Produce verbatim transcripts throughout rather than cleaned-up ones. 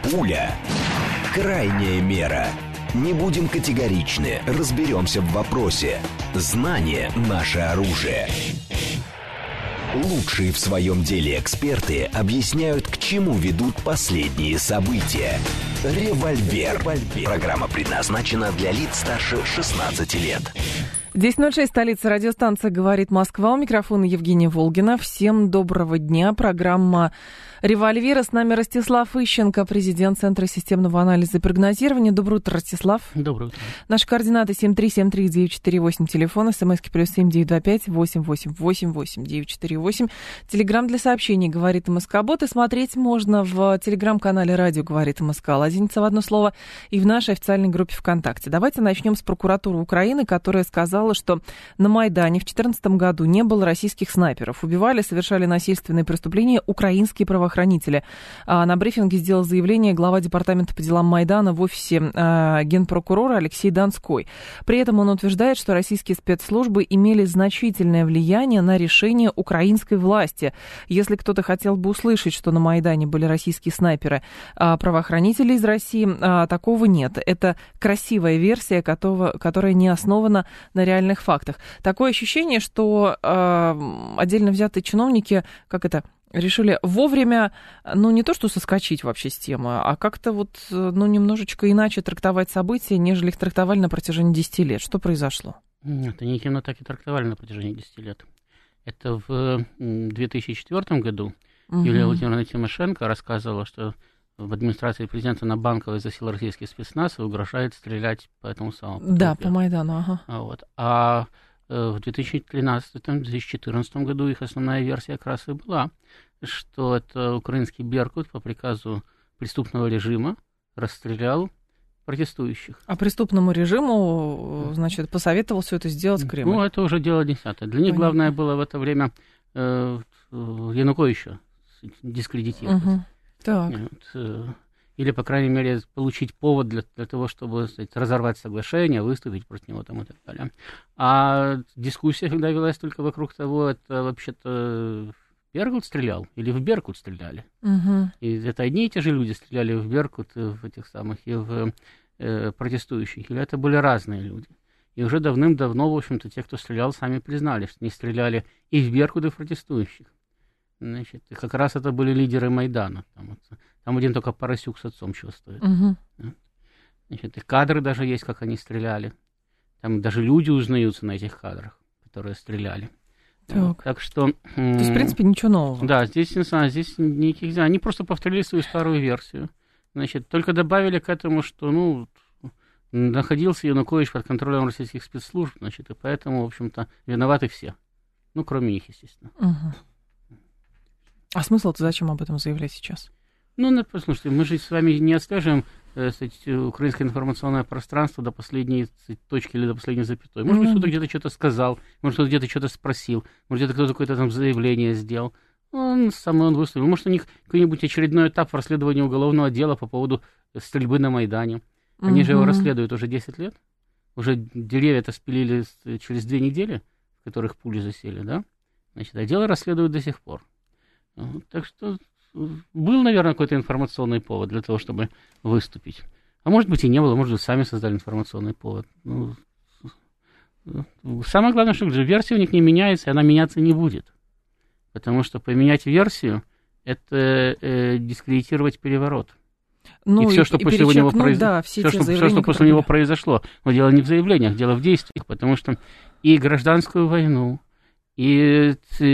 Пуля. Крайняя мера. Не будем категоричны, разберемся в вопросе. Знание – наше оружие. Лучшие в своем деле эксперты объясняют, к чему ведут последние события. Револьвер. Программа предназначена для лиц старше шестнадцати лет. десять ноль шесть, столица, радиостанция «Говорит Москва». У микрофона Евгения Волгина. Всем доброго дня. Программа «Револьвер». С нами Ростислав Ищенко, президент Центра системного анализа и прогнозирования. Доброе утро, Ростислав. Доброе утро. Наши координаты семь три семь три девять четыре восемь, телефон, смски плюс семь девять два пять восемь восемь восемь восемь девять четыре восемь. Телеграм для сообщений «Говорит МСК-бот». И смотреть можно в телеграм-канале «Радио Говорит МСК», лазиница в одно слово, и в нашей официальной группе ВКонтакте. Давайте начнем с прокуратуры Украины, которая сказала, что на Майдане в две тысячи четырнадцатом году не было российских снайперов. Убивали, совершали насильственные преступления украинские правоохранители. А на брифинге сделал заявление глава департамента по делам Майдана в офисе а, генпрокурора Алексей Донской. При этом он утверждает, что российские спецслужбы имели значительное влияние на решение украинской власти. Если кто-то хотел бы услышать, что на Майдане были российские снайперы, а правоохранители из России, а, такого нет. Это красивая версия, которого, которая не основана на реальных фактах. Такое ощущение, что э, отдельно взятые чиновники, как это, решили вовремя, ну, не то что соскочить вообще с темы, а как-то вот, ну, немножечко иначе трактовать события, нежели их трактовали на протяжении десяти лет. Что произошло? Нет, они именно так и трактовали на протяжении десяти лет. Это в две тысячи четвёртом году угу. Юлия Владимировна Тимошенко рассказывала, что в администрации президента на Банковой засел российский спецназ и угрожает стрелять по этому самому. Да, по Майдану, ага. А, вот. а э, в две тысячи тринадцатом — две тысячи четырнадцатом году их основная версия как раз и была, что это украинский Беркут по приказу преступного режима расстрелял протестующих. А преступному режиму, значит, посоветовал все это сделать Кремль? Ну, это уже дело десятое. Для них Понятно. Главное было в это время э, Януковича дискредитировать. Угу. Так. Или, по крайней мере, получить повод для, для того, чтобы, сказать, разорвать соглашение, выступить против него там, и так далее. А дискуссия всегда велась только вокруг того, это вообще-то Беркут стрелял или в Беркут стреляли. Угу. И это одни и те же люди стреляли в Беркут, в этих самых, и в э, протестующих, или это были разные люди. И уже давным-давно, в общем-то, те, кто стрелял, сами признали, что они стреляли и в Беркут, и в протестующих. Значит, как раз это были лидеры Майдана. Там, вот, там один только Поросюк с отцом чего стоит. Угу. Значит, и кадры даже есть, как они стреляли. Там даже люди узнаются на этих кадрах, которые стреляли. Так, вот, так что... То есть, в принципе, ничего нового. Да, здесь, не знаю, здесь никаких... Они просто повторили свою старую версию. Значит, только добавили к этому, что, ну, находился Янукович под контролем российских спецслужб, значит, и поэтому, в общем-то, виноваты все. Ну, кроме них, естественно. Угу. А смысл-то зачем об этом заявлять сейчас? Ну, послушайте, мы же с вами не отслеживаем э, сказать, украинское информационное пространство до последней сказать, точки или до последней запятой. Может быть, mm-hmm. кто-то где-то что-то сказал, может, кто-то где-то что-то спросил, может, где-то кто-то какое-то там заявление сделал. Он сам он выставил. Может, у них какой-нибудь очередной этап в расследовании уголовного дела по поводу стрельбы на Майдане. Они mm-hmm. же его расследуют уже десять лет. Уже деревья-то спилили через две недели, в которых пули засели, да? Значит, а дело расследуют до сих пор. Так что был, наверное, какой-то информационный повод для того, чтобы выступить. А может быть и не было, может быть, сами создали информационный повод. Ну, самое главное, что версия у них не меняется, и она меняться не будет. Потому что поменять версию — это э, дискредитировать переворот. Ну, и все, что, и после, него произ... да, все все, что, все, что после него произошло. Но дело не в заявлениях, дело в действиях. Потому что и гражданскую войну, и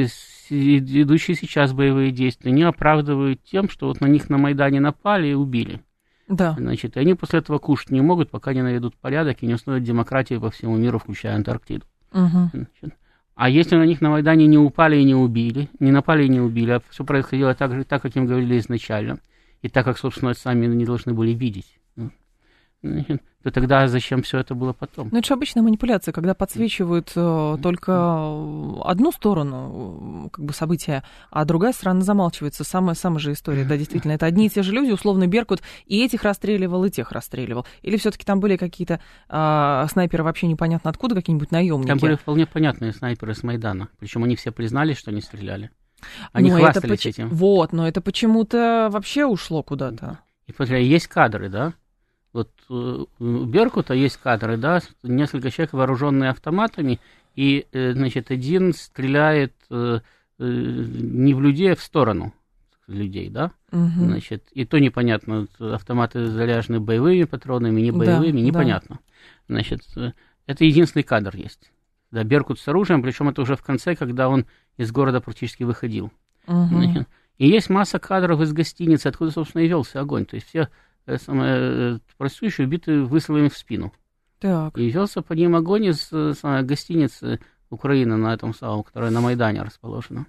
идущие сейчас боевые действия не оправдывают тем, что вот на них на Майдане напали и убили. Да. Значит, и они после этого кушать не могут, пока не наведут порядок и не установят демократию по всему миру, включая Антарктиду. Угу. Значит, а если на них на Майдане не упали и не убили, не напали и не убили, а все происходило так, так как им говорили изначально, и так как, собственно, сами не должны были видеть, значит, то тогда зачем все это было потом? Ну, это же обычная манипуляция, когда подсвечивают э, только одну сторону как бы, события, а другая сторона замалчивается. Самая, самая же история, да, действительно. Это одни и те же люди, условно, Беркут и этих расстреливал, и тех расстреливал. Или все-таки там были какие-то э, снайперы вообще непонятно откуда, какие-нибудь наемники? Там были вполне понятные снайперы с Майдана. Причем они все признались, что они стреляли. Они но хвастались это, этим. Вот, но это почему-то вообще ушло куда-то. И посмотрели, есть кадры, да? Вот у Беркута есть кадры, да, несколько человек, вооруженные автоматами, и, значит, один стреляет не в людей, а в сторону людей, да? Угу. Значит, и то непонятно, автоматы заряжены боевыми патронами, не боевыми, да, непонятно. Да. Значит, это единственный кадр есть. Да, Беркут с оружием, причем это уже в конце, когда он из города практически выходил. Угу. Значит, и есть масса кадров из гостиницы, откуда, собственно, и велся огонь. То есть все самые протестующие убиты выстрелами в спину. Так. И велся по ним огонь из самой гостиницы Украины на этом самом, которая на Майдане расположена.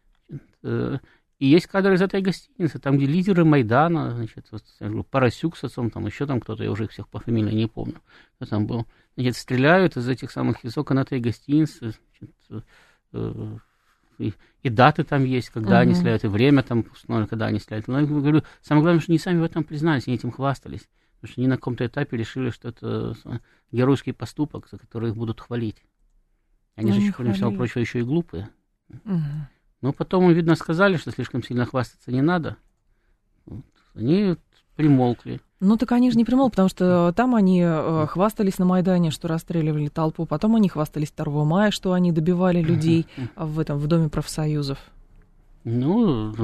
И есть кадры из этой гостиницы, там, где лидеры Майдана, значит, вот, Парасюк с отцом, там еще там кто-то, я уже их всех по фамилии не помню, кто там был, значит, стреляют из этих самых из окон этой гостиницы, значит, и, и даты там есть, когда uh-huh. они стреляют, и время там, когда они стреляют. Но я говорю, самое главное, что они сами в этом признались, они этим хвастались, потому что они на каком-то этапе решили, что это геройский поступок, за который их будут хвалить. Они ну, же, кроме всего прочего, еще и глупые. Uh-huh. Но потом, видно, сказали, что слишком сильно хвастаться не надо. Вот. Они примолкли. Ну, так они же не примолкли, потому что там они э, хвастались на Майдане, что расстреливали толпу. Потом они хвастались второго мая, что они добивали людей в этом, в Доме профсоюзов. Ну,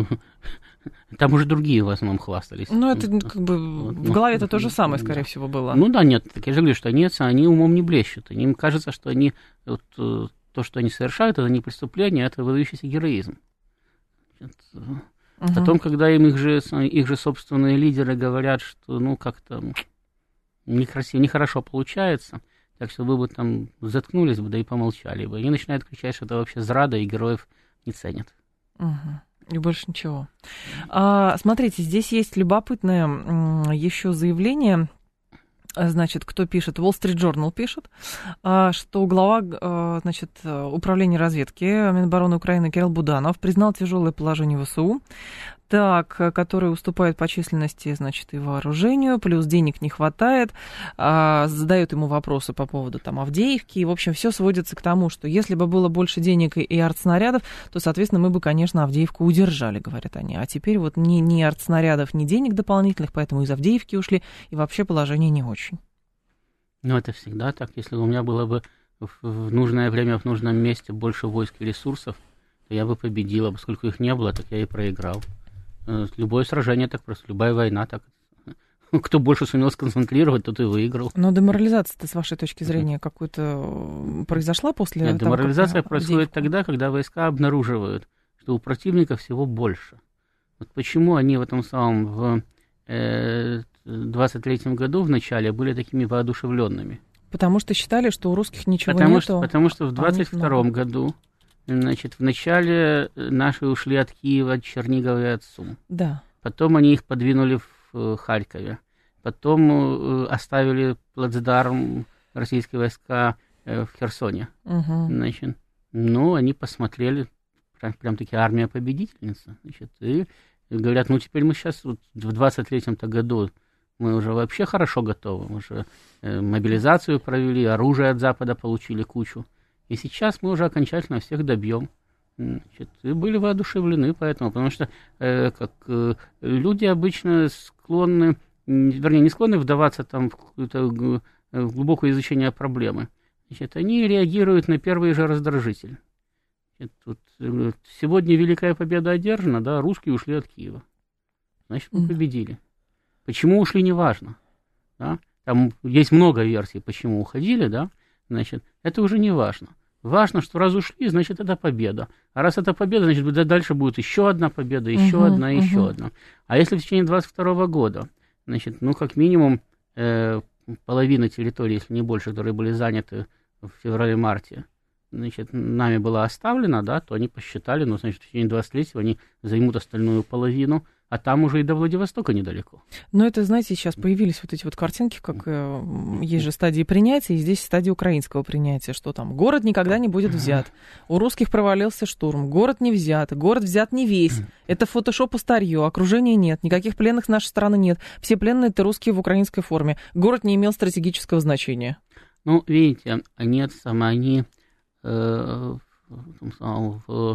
там уже другие в основном хвастались. Ну, это как бы вот, в голове это ну, то же самое, скорее да. всего, было. Ну да, нет, так я же говорю, что нет, они умом не блещут. Им кажется, что они... Вот, то, что они совершают, это не преступление, это выдающийся героизм. Uh-huh. Потом, когда им их же, их же собственные лидеры говорят, что ну как-то некрасиво, нехорошо получается, так что вы бы там заткнулись бы, да и помолчали бы. Они начинают кричать, что это вообще зрада, и героев не ценят. Uh-huh. И больше ничего. А, смотрите, здесь есть любопытное еще заявление. Значит, кто пишет? Wall Street Journal пишет, что глава, значит, управления разведки Минобороны Украины Кирилл Буданов признал тяжелое положение ВСУ, так, который уступает по численности, значит, и вооружению, плюс денег не хватает, задает ему вопросы по поводу там Авдеевки, и, в общем, все сводится к тому, что если бы было больше денег и артснарядов, то, соответственно, мы бы, конечно, Авдеевку удержали, говорят они, а теперь вот ни, ни артснарядов, ни денег дополнительных, поэтому из Авдеевки ушли, и вообще положение не очень. Ну, это всегда так, если у меня было бы в нужное время, в нужном месте больше войск и ресурсов, то я бы победила, поскольку их не было, так я и проиграл. Любое сражение так просто, любая война так. Кто больше сумел сконцентрировать, тот и выиграл. Но деморализация-то, с вашей точки зрения, какой-то произошла после Нет, того, деморализация как... происходит тогда, когда войска обнаруживают, что у противника всего больше. Вот почему они в этом самом в э, двадцать третьем году в начале были такими воодушевленными? Потому что считали, что у русских ничего потому нету. Что, потому что в двадцать втором году, значит, вначале наши ушли от Киева, от Чернигова и от Сум. Да. Потом они их подвинули в Харькове. Потом оставили плацдарм российские войска в Херсоне. Угу. Значит, ну, они посмотрели, прям, прям таки армия победительница. Значит, и говорят, ну, теперь мы сейчас вот, в двадцать третьем-то году мы уже вообще хорошо готовы. Мы уже э, мобилизацию провели, оружие от Запада получили кучу. И сейчас мы уже окончательно всех добьем. Значит, и были воодушевлены поэтому, потому что э, как, э, люди обычно склонны, вернее, не склонны вдаваться там в какое-то в глубокое изучение проблемы. Значит, они реагируют на первый же раздражитель. Значит, вот, э, сегодня великая победа одержана, да, русские ушли от Киева. Значит, мы победили. Почему ушли, неважно. Да? Там есть много версий, почему уходили, да, значит, это уже не важно. Важно, что раз ушли, значит, это победа. А раз это победа, значит, дальше будет еще одна победа, еще uh-huh, одна, uh-huh. еще одна. А если в течение двадцать второго года, значит, ну, как минимум, э, половина территории, если не больше, которые были заняты в феврале-марте, значит, нами была оставлена, да, то они посчитали, ну, значит, в течение двадцать третьего они займут остальную половину, а там уже и до Владивостока недалеко. Но это, знаете, сейчас появились вот эти вот картинки, как э, есть же стадии принятия, и здесь стадия украинского принятия, что там город никогда не будет взят, у русских провалился штурм, город не взят, город взят не весь, это фотошоп и старье, окружения нет, никаких пленных с нашей стороны нет, все пленные это русские в украинской форме, город не имел стратегического значения. Ну, видите, они, это самое, они э, в, в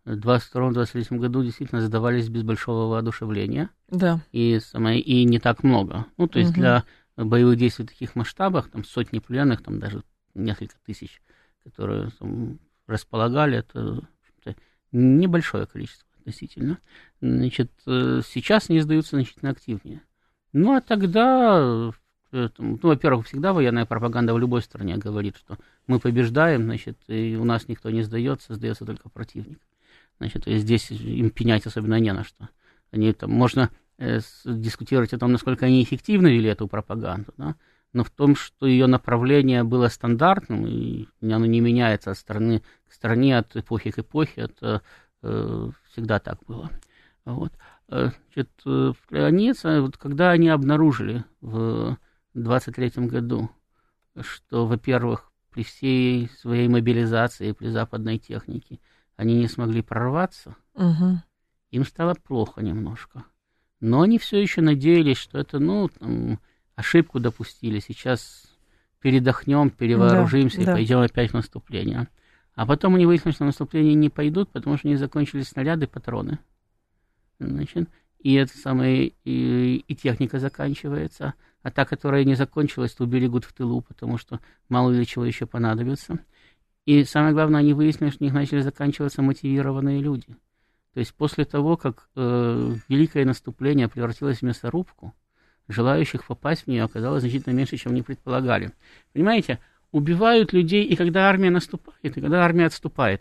в двадцать втором — двадцать третьем году действительно сдавались без большого воодушевления. Да. И, самое, и не так много. Ну, то есть угу. для боевых действий в таких масштабах, там сотни пленных, там даже несколько тысяч, которые там располагали, это небольшое количество относительно. Значит, сейчас они сдаются значительно активнее. Ну, а тогда, ну, во-первых, всегда военная пропаганда в любой стране говорит, что мы побеждаем, значит, и у нас никто не сдается, сдается только противник. Значит, и здесь им пенять особенно не на что. Они там, можно э, дискутировать о том, насколько они эффективно вели эту пропаганду, да? Но в том, что ее направление было стандартным, и оно не меняется от страны к стране, от эпохи к эпохе, это э, всегда так было. Вот. Значит, они, вот, когда они обнаружили в двадцать третьем году, что, во-первых, при всей своей мобилизации, при западной технике, они не смогли прорваться, угу. им стало плохо немножко. Но они все еще надеялись, что это, ну, там, ошибку допустили, сейчас передохнем, перевооружимся да, и да. пойдем опять в наступление. А потом они выяснили, что в наступление не пойдут, потому что у них закончились снаряды, патроны. Значит, и это самое, и, и техника заканчивается, а та, которая не закончилась, то уберегут в тылу, потому что мало ли чего еще понадобится. И самое главное, они выяснили, что у них начали заканчиваться мотивированные люди. То есть после того, как э, великое наступление превратилось в мясорубку, желающих попасть в нее оказалось значительно меньше, чем они предполагали. Понимаете, убивают людей и когда армия наступает, и когда армия отступает.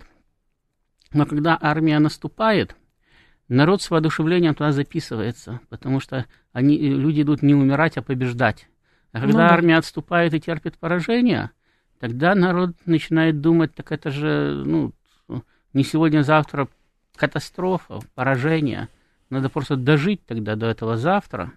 Но когда армия наступает, народ с воодушевлением туда записывается, потому что они, люди идут не умирать, а побеждать. А когда ну, да. армия отступает и терпит поражение, тогда народ начинает думать, так это же ну, не сегодня-завтра катастрофа, поражение. Надо просто дожить тогда до этого завтра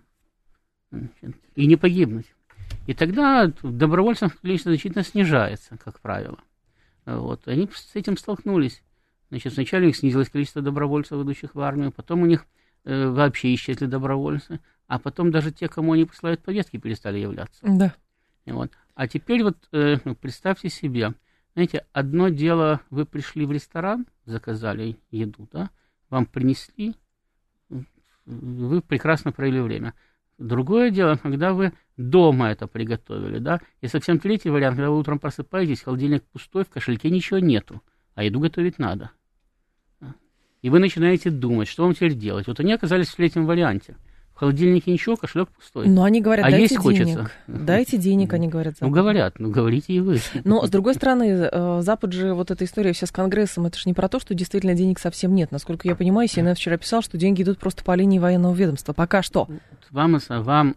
и не погибнуть. И тогда добровольцев количество значительно снижается, как правило. Вот. Они с этим столкнулись. Значит, сначала у них снизилось количество добровольцев, идущих в армию, потом у них э, вообще исчезли добровольцы, а потом даже те, кому они посылают повестки, перестали являться. Да. Вот. А теперь вот э, представьте себе, знаете, одно дело, вы пришли в ресторан, заказали еду, да, вам принесли, вы прекрасно провели время. Другое дело, когда вы дома это приготовили, да, и совсем третий вариант, когда вы утром просыпаетесь, холодильник пустой, в кошельке ничего нету, а еду готовить надо. И вы начинаете думать, что вам теперь делать. Вот они оказались в третьем варианте. В холодильнике ничего, кошелек пустой. Но они говорят, а дайте есть денег. Хочется. Дайте денег, они говорят. Запад. Ну, говорят, ну, говорите и вы. Но, с другой стороны, Запад же, вот эта история вся с Конгрессом, это же не про то, что действительно денег совсем нет. Насколько я понимаю, Си Эн Эн вчера писал, что деньги идут просто по линии военного ведомства. Пока что. Вам, вам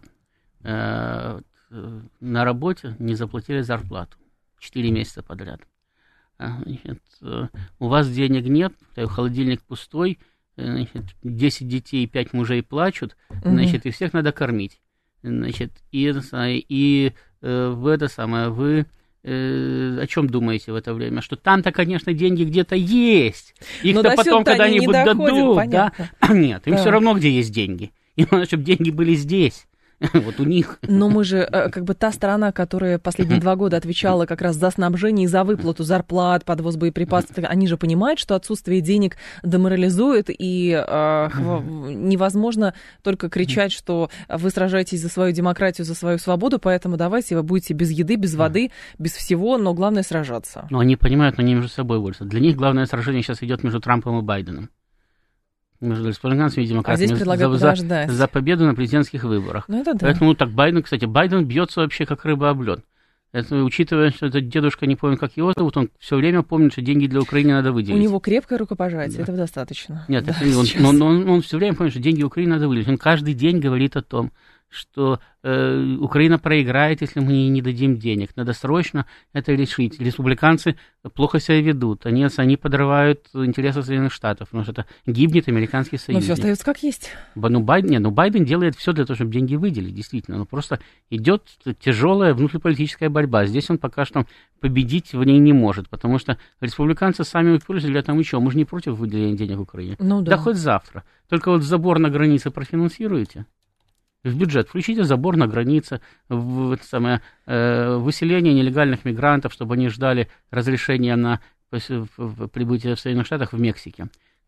э, на работе не заплатили зарплату. Четыре месяца подряд. Значит, у вас денег нет, холодильник пустой, значит, десять детей, пять мужей плачут, значит, и всех надо кормить. Значит, и, и э, в это самое, вы э, о чем думаете в это время? Что там-то, конечно, деньги где-то есть. Их-то потом когда-нибудь дадут. Да? Нет, им да. все равно, где есть деньги. Им надо, чтобы деньги были здесь. Вот у них. Но мы же, как бы та сторона, которая последние два года отвечала как раз за снабжение и за выплату зарплат, подвоз боеприпасов, они же понимают, что отсутствие денег деморализует, и э, невозможно только кричать, что вы сражаетесь за свою демократию, за свою свободу, поэтому давайте вы будете без еды, без воды, без всего, но главное сражаться. Ну, они понимают, но они между собой борются. Для них главное сражение сейчас идет между Трампом и Байденом. Между республиканцами и демократами а за, за, за победу на президентских выборах. Ну, это да. Поэтому так Байден, кстати, Байден бьется вообще как рыба об лед. Это, учитывая, что этот дедушка, не помню, как его зовут, он все время помнит, что деньги для Украины надо выделить. У него крепкое рукопожатие, да. Этого достаточно. Нет, да, это, он, он, он, он все время помнит, что деньги Украины надо выделить. Он каждый день говорит о том, что э, Украина проиграет, если мы ей не дадим денег. Надо срочно это решить. Республиканцы плохо себя ведут. Они, они подрывают интересы Соединенных Штатов, потому что это гибнет американский союз. Но все остается как есть. Ну Байден, нет, ну, Байден делает все для того, чтобы деньги выделить, действительно. Но просто идет тяжелая внутриполитическая борьба. Здесь он пока что победить в ней не может, потому что республиканцы сами уперлись, говорят, там еще, мы же не против выделения денег Украине. Ну, да. да хоть завтра. Только вот забор на границе профинансируете. В бюджет включите забор на границе, в, это самое, э, выселение нелегальных мигрантов, чтобы они ждали разрешения на прибытие в Соединенных Штатах в Мексике.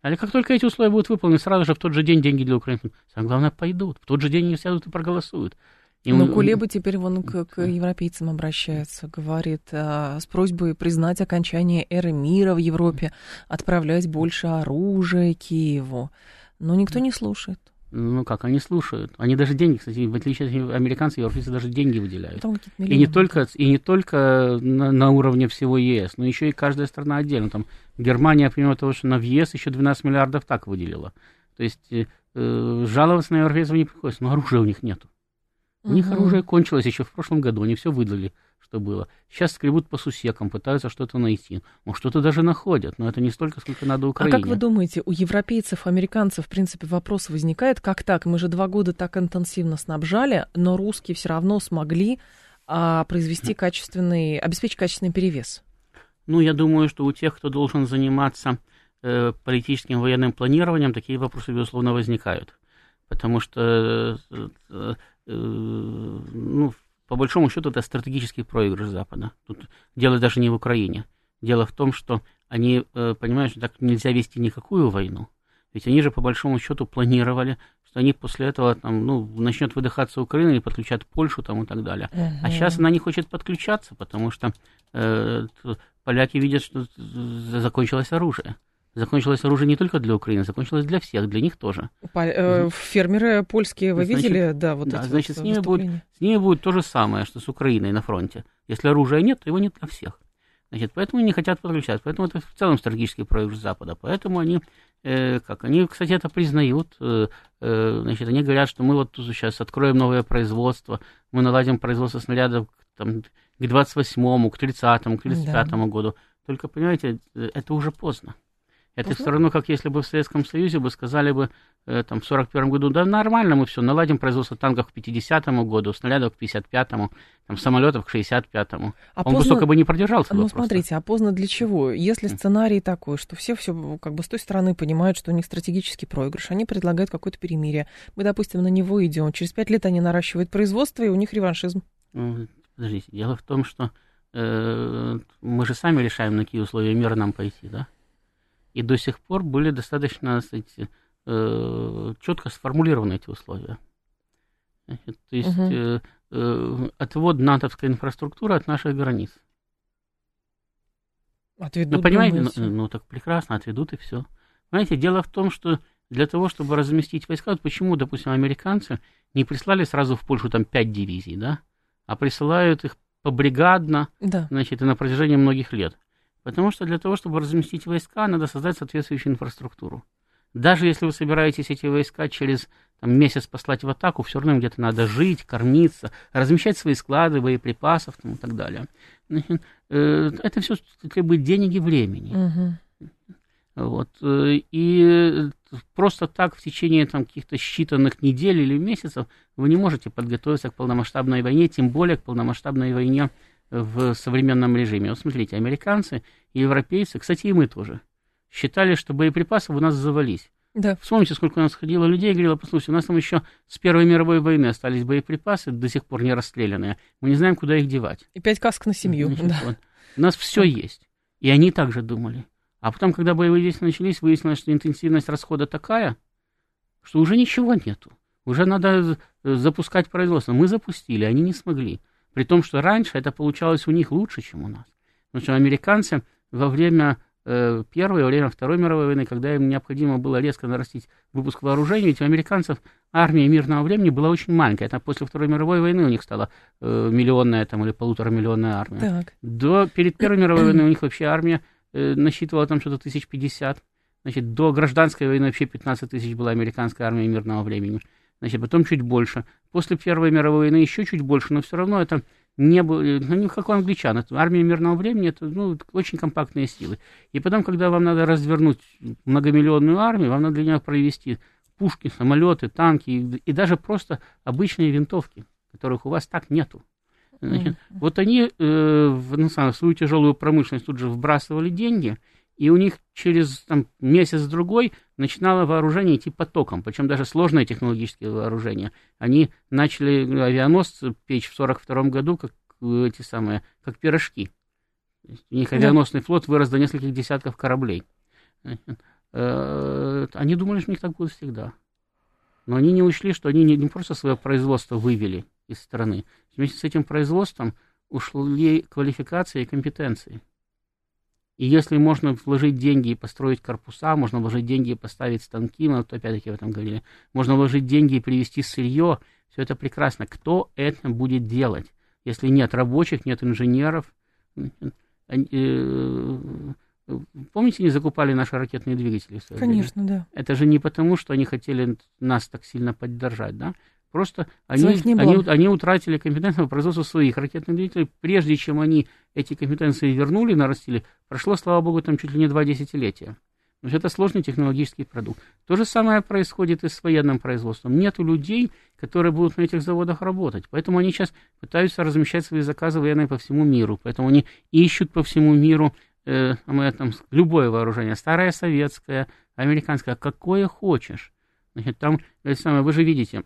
А как только эти условия будут выполнены, сразу же в тот же день деньги для украинцев, самое главное, пойдут. В тот же день они сядут и проголосуют. И Но он... Кулеба теперь вон к, к европейцам обращается, говорит а, с просьбой признать окончание эры мира в Европе, отправлять больше оружия Киеву. Но никто не слушает. Ну как, они слушают. Они даже деньги, кстати, в отличие от американцев, европейцы даже деньги выделяют. И не только, и не только на, на уровне всего ЕС, но еще и каждая страна отдельно. Там Германия, помимо того, что на в ЕС еще двенадцать миллиардов так выделила. То есть э, жаловаться на европейцев не приходится, но оружия у них нету. У угу. них оружие кончилось еще в прошлом году, они все выдали, что было. Сейчас скребут по сусекам, пытаются что-то найти. Может, что-то даже находят, но это не столько, сколько надо Украине. А как вы думаете, у европейцев, американцев, в принципе, вопрос возникает, как так? Мы же два года так интенсивно снабжали, но русские все равно смогли а, произвести качественный, обеспечить качественный перевес. Ну, я думаю, что у тех, кто должен заниматься э, политическим военным планированием, такие вопросы, безусловно, возникают. Потому что... Э, ну, по большому счету, это стратегический проигрыш Запада. Тут дело даже не в Украине. Дело в том, что они понимают, что так нельзя вести никакую войну. Ведь они же, по большому счету, планировали, что они после этого там, ну, начнет выдыхаться Украина и подключат Польшу там, и так далее. Uh-huh. А сейчас она не хочет подключаться, потому что э, поляки видят, что закончилось оружие. Закончилось оружие не только для Украины, закончилось для всех, для них тоже. По, э, фермеры польские, вы значит, видели? Да, вот да, эти значит, вот с ними, будет, с ними будет то же самое, что с Украиной на фронте. Если оружия нет, то его нет для всех. Значит, поэтому они не хотят подключаться. Поэтому это в целом стратегический проигрыш Запада. Поэтому они, э, как, они, кстати, это признают. Э, э, значит, они говорят, что мы вот тут сейчас откроем новое производство, мы наладим производство снарядов там, к двадцать восьмому, к тридцатому, к тридцать пятому да. году. Только, понимаете, это уже поздно. Это Поздно? Все равно, как если бы в Советском Союзе бы сказали бы э, там, в сорок первом году, да нормально, мы все, наладим производство танков к пятидесятому году, снарядов к пятьдесят пятому, там, самолетов к шестьдесят пятому. А Он поздно... бы столько бы не продержался. Ну, бы смотрите, просто. А поздно для чего? Если сценарий такой, что все, все как бы с той стороны понимают, что у них стратегический проигрыш, они предлагают какое-то перемирие. Мы, допустим, на него идем. Через пять лет они наращивают производство, и у них реваншизм. Подождите, дело в том, что э, мы же сами решаем, на какие условия мира нам пойти, да? И до сих пор были достаточно, кстати, э, четко сформулированы эти условия. Значит, то есть угу. э, э, отвод натовской инфраструктуры от наших границ. Отведут, ну, понимаете, ну, ну так прекрасно, отведут и все. Понимаете, дело в том, что для того, чтобы разместить войска, вот почему, допустим, американцы не прислали сразу в Польшу там пять дивизий, да, а присылают их побригадно, да. значит, и на протяжении многих лет. Потому что для того, чтобы разместить войска, надо создать соответствующую инфраструктуру. Даже если вы собираетесь эти войска через там, месяц послать в атаку, все равно где-то надо жить, кормиться, размещать свои склады, боеприпасов там, и так далее. Это все требует денег и времени. Угу. Вот. И просто так в течение там, каких-то считанных недель или месяцев вы не можете подготовиться к полномасштабной войне, тем более к полномасштабной войне в современном режиме. Вот смотрите, американцы и европейцы, кстати, и мы тоже, считали, что боеприпасы у нас завались. Да. Вспомните, сколько у нас ходило людей и говорило, послушайте, у нас там еще с Первой мировой войны остались боеприпасы, до сих пор не расстрелянные. Мы не знаем, куда их девать. И пять касок на семью. Значит, да. вот. У нас все есть. И они также думали. А потом, когда боевые действия начались, выяснилось, что интенсивность расхода такая, что уже ничего нету. Уже надо запускать производство. Мы запустили, они не смогли. При том, что раньше это получалось у них лучше, чем у нас. Потому что американцы во время э, Первой, во время Второй мировой войны, когда им необходимо было резко нарастить выпуск вооружений, ведь у американцев армия мирного времени была очень маленькая. Это после Второй мировой войны у них стала э, миллионная там, или полуторамиллионная армия. Так. До, перед Первой мировой войной у них вообще армия э, насчитывала там что-то тысяч пятьдесят. Значит, до гражданской войны вообще пятнадцать тысяч была американская армия мирного времени. Значит, потом чуть больше. После Первой мировой войны еще чуть больше, но все равно это не было, ну, как у англичан. Это армия мирного времени, это ну, очень компактные силы. И потом, когда вам надо развернуть многомиллионную армию, вам надо для нее провести пушки, самолеты, танки и, и даже просто обычные винтовки, которых у вас так нету. Значит, mm-hmm. Вот они э, в, ну, в свою тяжелую промышленность тут же вбрасывали деньги, и у них через там, месяц-другой начинало вооружение идти потоком, причем даже сложные технологические вооружения. Они начали авианосцы печь в сорок втором году, как эти самые, как пирожки. У них авианосный флот вырос до нескольких десятков кораблей. э, они думали, что у них так будет всегда. Но они не учли, что они не, не просто свое производство вывели из страны. Вместе с этим производством ушли квалификации и компетенции. И если можно вложить деньги и построить корпуса, можно вложить деньги и поставить станки, мы вот опять-таки в этом говорили, можно вложить деньги и привезти сырье, все это прекрасно. Кто это будет делать, если нет рабочих, нет инженеров? Помните, не закупали наши ракетные двигатели? Конечно, да. Это же не потому, что они хотели нас так сильно поддержать, да? Просто они, они, они утратили компетенцию по производству своих ракетных двигателей. Прежде чем они эти компетенции вернули, нарастили, прошло, слава богу, там чуть ли не два десятилетия. То есть это сложный технологический продукт. То же самое происходит и с военным производством. Нету людей, которые будут на этих заводах работать. Поэтому они сейчас пытаются размещать свои заказы военные по всему миру. Поэтому они ищут по всему миру э, мы, там, любое вооружение. Старое советское, американское, какое хочешь. Значит, там, это самое, вы же видите,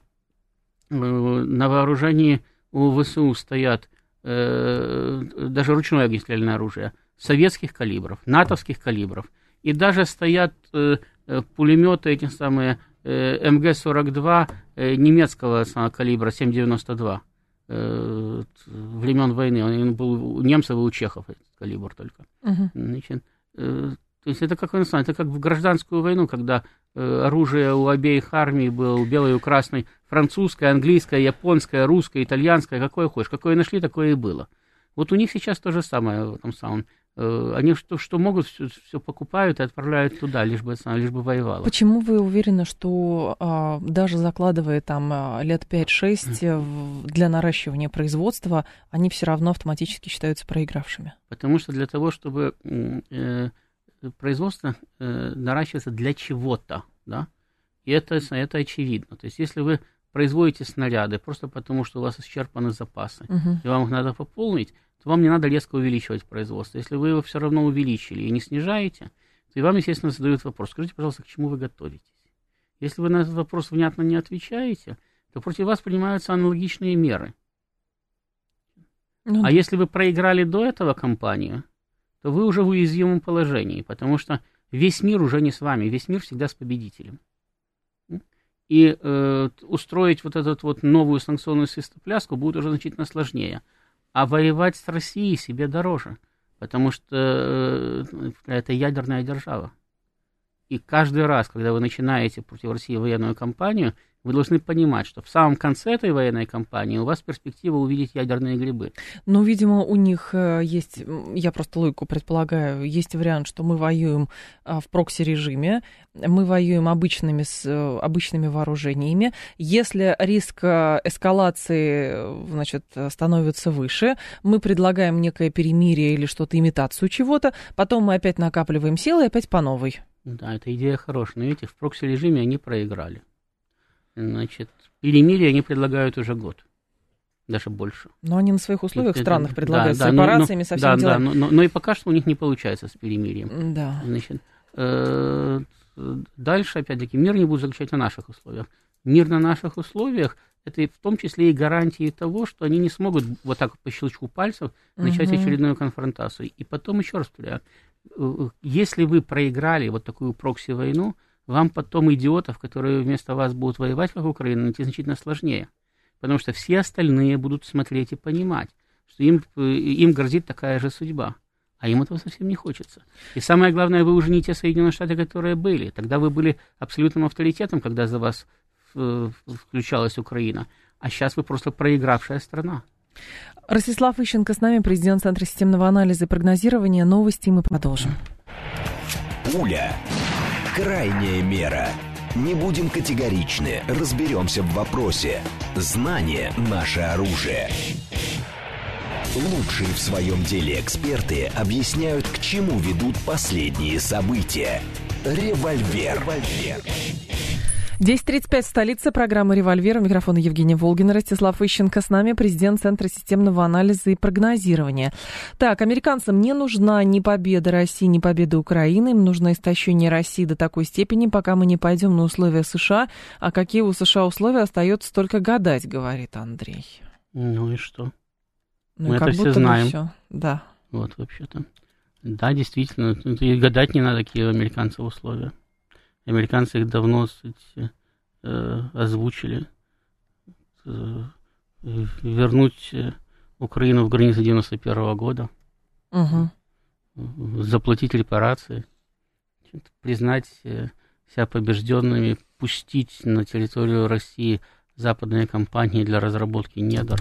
на вооружении у ВСУ стоят э, даже ручное огнестрельное оружие советских калибров, натовских калибров, и даже стоят э, пулеметы, эти самые э, эм гэ сорок два э, немецкого самого калибра семь девяносто два э, времен войны. Он был у немцев и у чехов этот калибр только. Uh-huh. Значит, э, то есть это как, это как в гражданскую войну, когда э, оружие у обеих армий было, у белой и у красной, французское, английское, японское, русское, итальянское, какое хочешь. Какое нашли, такое и было. Вот у них сейчас то же самое в этом самом. Э, они что, что могут, все, все покупают и отправляют туда, лишь бы, лишь бы воевало. Почему вы уверены, что а, даже закладывая там лет пять-шесть mm. для наращивания производства, они все равно автоматически считаются проигравшими? Потому что для того, чтобы... Э, производство э, наращивается для чего-то, да, и это, это очевидно. То есть, если вы производите снаряды просто потому, что у вас исчерпаны запасы, uh-huh. и вам их надо пополнить, то вам не надо резко увеличивать производство. Если вы его все равно увеличили и не снижаете, то и вам, естественно, задают вопрос. Скажите, пожалуйста, к чему вы готовитесь? Если вы на этот вопрос внятно не отвечаете, то против вас принимаются аналогичные меры. Uh-huh. А если вы проиграли до этого кампанию, то вы уже в уязвимом положении, потому что весь мир уже не с вами, весь мир всегда с победителем. И э, устроить вот эту вот новую санкционную свистопляску будет уже значительно сложнее. А воевать с Россией себе дороже, потому что э, это ядерная держава. И каждый раз, когда вы начинаете против России военную кампанию, вы должны понимать, что в самом конце этой военной кампании у вас перспектива увидеть ядерные грибы. Ну, видимо, у них есть, я просто логику предполагаю, есть вариант, что мы воюем в прокси-режиме, мы воюем обычными, с обычными вооружениями. Если риск эскалации, значит, становится выше, мы предлагаем некое перемирие или что-то, имитацию чего-то, потом мы опять накапливаем силы и опять по новой. Да, эта идея хорошая, но видите, в прокси-режиме они проиграли. Значит, перемирие они предлагают уже год, даже больше. Но они на своих условиях это, странных предлагают, да, с репарациями, но, со всеми да, делами. Да, но, но, но и пока что у них не получается с перемирием. Да. Значит, э, дальше, опять-таки, мир не будет заключать на наших условиях. Мир на наших условиях – это в том числе и гарантии того, что они не смогут вот так по щелчку пальцев начать угу. очередную конфронтацию. И потом, еще раз повторяю, если вы проиграли вот такую прокси-войну, вам потом идиотов, которые вместо вас будут воевать, как Украина, найти значительно сложнее. Потому что все остальные будут смотреть и понимать, что им, им грозит такая же судьба. А им этого совсем не хочется. И самое главное, вы уже не те Соединенные Штаты, которые были. Тогда вы были абсолютным авторитетом, когда за вас включалась Украина. А сейчас вы просто проигравшая страна. Ростислав Ищенко с нами, президент Центра системного анализа и прогнозирования. Новости мы продолжим. Пуля. Крайняя мера. Не будем категоричны, разберемся в вопросе. Знание – наше оружие. Лучшие в своем деле эксперты объясняют, к чему ведут последние события. Револьвер. Револьвер. десять тридцать пять в столице. Программа «Револьвер». У микрофона Евгения Волгина. Ростислав Ищенко с нами, президент Центра системного анализа и прогнозирования. Так, американцам не нужна ни победа России, ни победа Украины. Им нужно истощение России до такой степени, пока мы не пойдем на условия США. А какие у США условия, остается только гадать, говорит Андрей. Ну и что? Ну, мы как это все знаем. Все. Да. Вот, вообще-то. Да, действительно. И гадать не надо, какие у американцев условия. Американцы их давно, кстати, э, озвучили. Э, вернуть Украину в границы девяносто первого года. Угу. Заплатить репарации. Признать себя побежденными. Пустить на территорию России западные компании для разработки недр.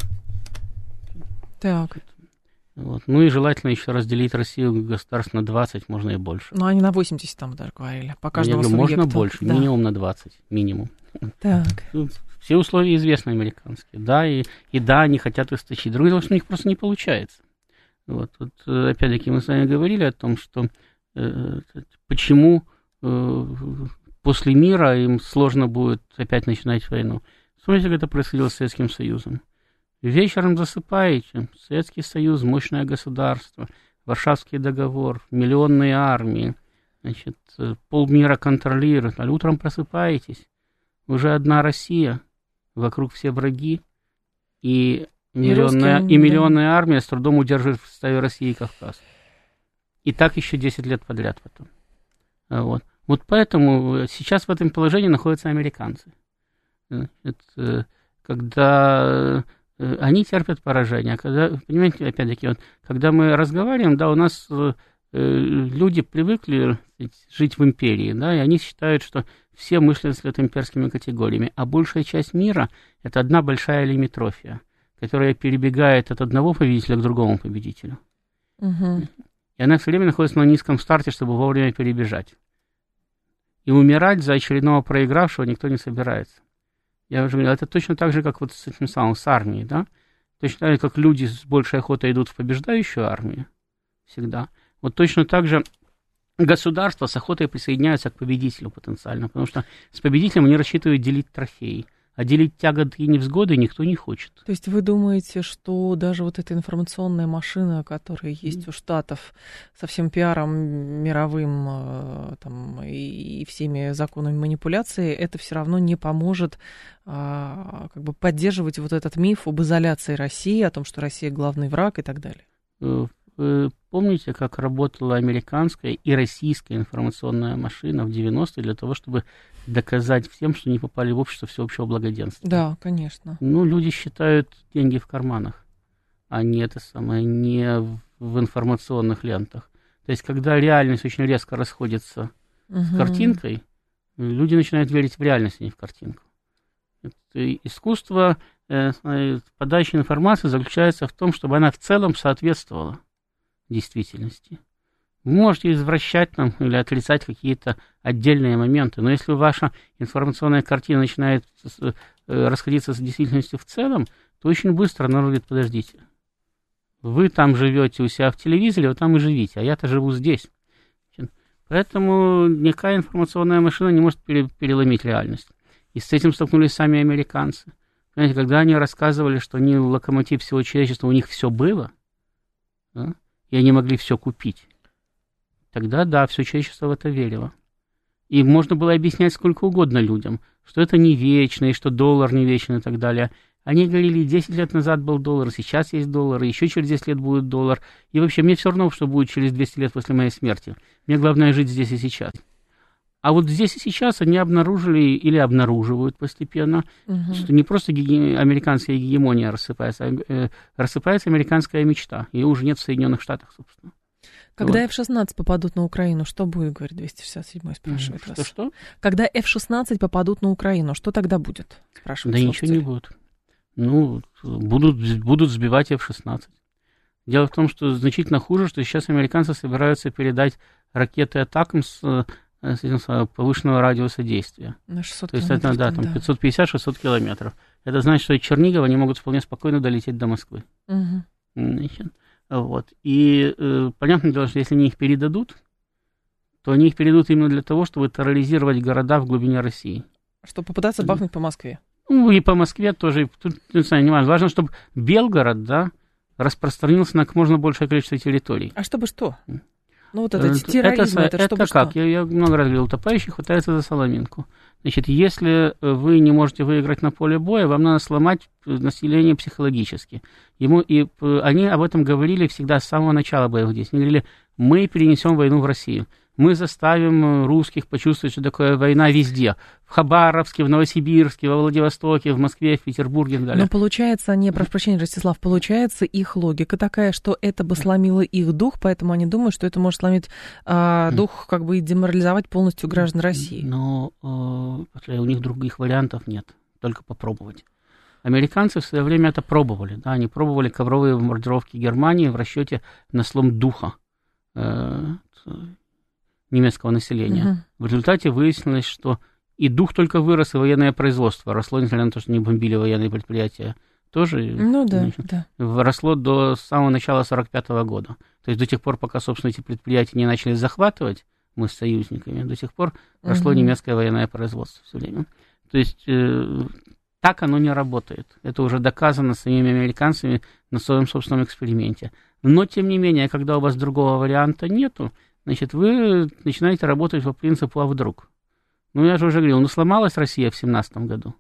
Так. Вот. Ну и желательно еще разделить Россию государств на двадцать, можно и больше. Ну, они на восемьдесят там даже говорили. По каждому Я говорю, субъекту. можно больше, да. Минимум на двадцать, минимум. Так. Все условия известны американские, да, и, и да, они хотят истощить. Другое дело, что у них просто не получается. Вот, вот опять-таки мы с вами говорили о том, что э, почему э, после мира им сложно будет опять начинать войну. Смотрите, как это происходило с Советским Союзом. Вечером засыпаете, Советский Союз, мощное государство, Варшавский договор, миллионные армии, значит, полмира контролирует, а утром просыпаетесь, уже одна Россия, вокруг все враги, и миллионная, и, русские, и миллионная да. армия с трудом удерживает в составе России и Кавказ. И так еще десять лет подряд потом. Вот. Вот поэтому сейчас в этом положении находятся американцы. Это, когда они терпят поражение. Когда, понимаете, опять-таки, вот, когда мы разговариваем, да, у нас э, люди привыкли жить в империи, да, и они считают, что все мыслят вслед имперскими категориями, а большая часть мира – это одна большая лимитрофия, которая перебегает от одного победителя к другому победителю. Угу. И она все время находится на низком старте, чтобы вовремя перебежать. И умирать за очередного проигравшего никто не собирается. Я уже говорил, это точно так же, как вот с этим самым, с армией, да? Точно так же, как люди с большей охотой идут в побеждающую армию, всегда. Вот точно так же государства с охотой присоединяются к победителю потенциально, потому что с победителем они рассчитывают делить трофеи, а делить тяготы и невзгоды никто не хочет. То есть вы думаете, что даже вот эта информационная машина, которая есть у Штатов, со всем пиаром мировым там, и всеми законами манипуляции, это все равно не поможет а, как бы поддерживать вот этот миф об изоляции России, о том, что Россия главный враг и так далее? Вы помните, как работала американская и российская информационная машина в девяностые для того, чтобы доказать всем, что не попали в общество всеобщего благоденствия? Да, конечно. Ну, люди считают деньги в карманах, а не это самое, не в информационных лентах. То есть, когда реальность очень резко расходится угу. с картинкой, люди начинают верить в реальность, а не в картинку. Это искусство э, подачи информации заключается в том, чтобы она в целом соответствовала действительности. Вы можете извращать там, или отрицать какие-то отдельные моменты, но если ваша информационная картина начинает э, расходиться с действительностью в целом, то очень быстро она говорит, подождите, вы там живете у себя в телевизоре, вы там и живите, а я-то живу здесь. Поэтому никакая информационная машина не может переломить реальность. И с этим столкнулись сами американцы. Понимаете, когда они рассказывали, что они локомотив всего человечества, у них все было, да, и они могли все купить, тогда, да, все человечество в это верило. И можно было объяснять сколько угодно людям, что это не вечно, и что доллар не вечен и так далее. Они говорили, десять лет назад был доллар, сейчас есть доллар, и еще через десять лет будет доллар. И вообще, мне все равно, что будет через двести лет после моей смерти. Мне главное жить здесь и сейчас. А вот здесь и сейчас они обнаружили или обнаруживают постепенно, угу. что не просто геге... американская гегемония рассыпается, а э, рассыпается американская мечта. Ее уже нет в Соединенных Штатах, собственно. Когда вот. эф шестнадцать попадут на Украину, что будет, говорит двести шестьдесят седьмой, спрашивает что, вас. Что? Когда эф шестнадцать попадут на Украину, что тогда будет? Спрашивает да слушатель. Ничего не будет. Ну, будут, будут сбивать эф шестнадцать. Дело в том, что значительно хуже, что сейчас американцы собираются передать ракеты атакам с, с, с повышенного радиуса действия. На шестьсот То есть километров. Это, да, там да. пятьсот пятьдесят - шестьсот километров. Это значит, что из Чернигова они могут вполне спокойно долететь до Москвы. Угу. Значит, вот. И э, понятное дело, что если они их передадут, то они их передадут именно для того, чтобы терроризировать города в глубине России. Чтобы попытаться бахнуть по Москве. Ну, и по Москве тоже. Тут, не знаю, не важно. Важно, чтобы Белгород, да, распространился на как можно большее количество территорий. А чтобы что? Ну, вот это терроризм, это, это, это чтобы как? Что? Я, я много раз говорил, утопающий хватается за соломинку. Значит, если вы не можете выиграть на поле боя, вам надо сломать население психологически. Ему, и они об этом говорили всегда с самого начала боевых действий. Они говорили, мы перенесем войну в Россию. мы заставим русских почувствовать, что такое война везде. В Хабаровске, в Новосибирске, во Владивостоке, в Москве, в Петербурге и так далее. Но получается, не, прошу прощения, Ростислав, получается их логика такая, что это бы сломило их дух, поэтому они думают, что это может сломить а, дух, как бы и деморализовать полностью граждан России. Но э, у них других вариантов нет, только попробовать. Американцы в свое время это пробовали, да, они пробовали ковровые бомбардировки Германии в расчете на слом духа э, немецкого населения. Uh-huh. В результате выяснилось, что и дух только вырос, и военное производство росло, несмотря на то, что не бомбили военные предприятия, тоже ну, да, значит, да. росло до самого начала сорок пятого года. То есть до тех пор, пока, собственно, эти предприятия не начали захватывать, мы с союзниками, до сих пор росло uh-huh. немецкое военное производство все время. То есть э, так оно не работает. Это уже доказано самими американцами на своем собственном эксперименте. Но, тем не менее, когда у вас другого варианта нету, значит, вы начинаете работать по принципу «а вдруг?». Ну, я же уже говорил, ну, сломалась Россия в семнадцатом году.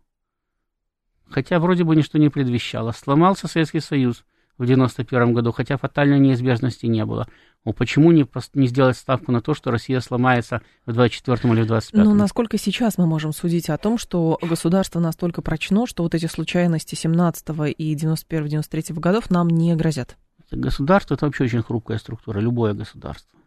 Хотя вроде бы ничто не предвещало. Сломался Советский Союз в девяносто первом году, хотя фатальной неизбежности не было. Ну, почему не, не сделать ставку на то, что Россия сломается в двадцать четвёртом или в двадцать пятом? Ну, насколько сейчас мы можем судить о том, что государство настолько прочно, что вот эти случайности семнадцатого и девяносто первого девяносто третьего годов нам не грозят? Государство – это вообще очень хрупкая структура, любое государство.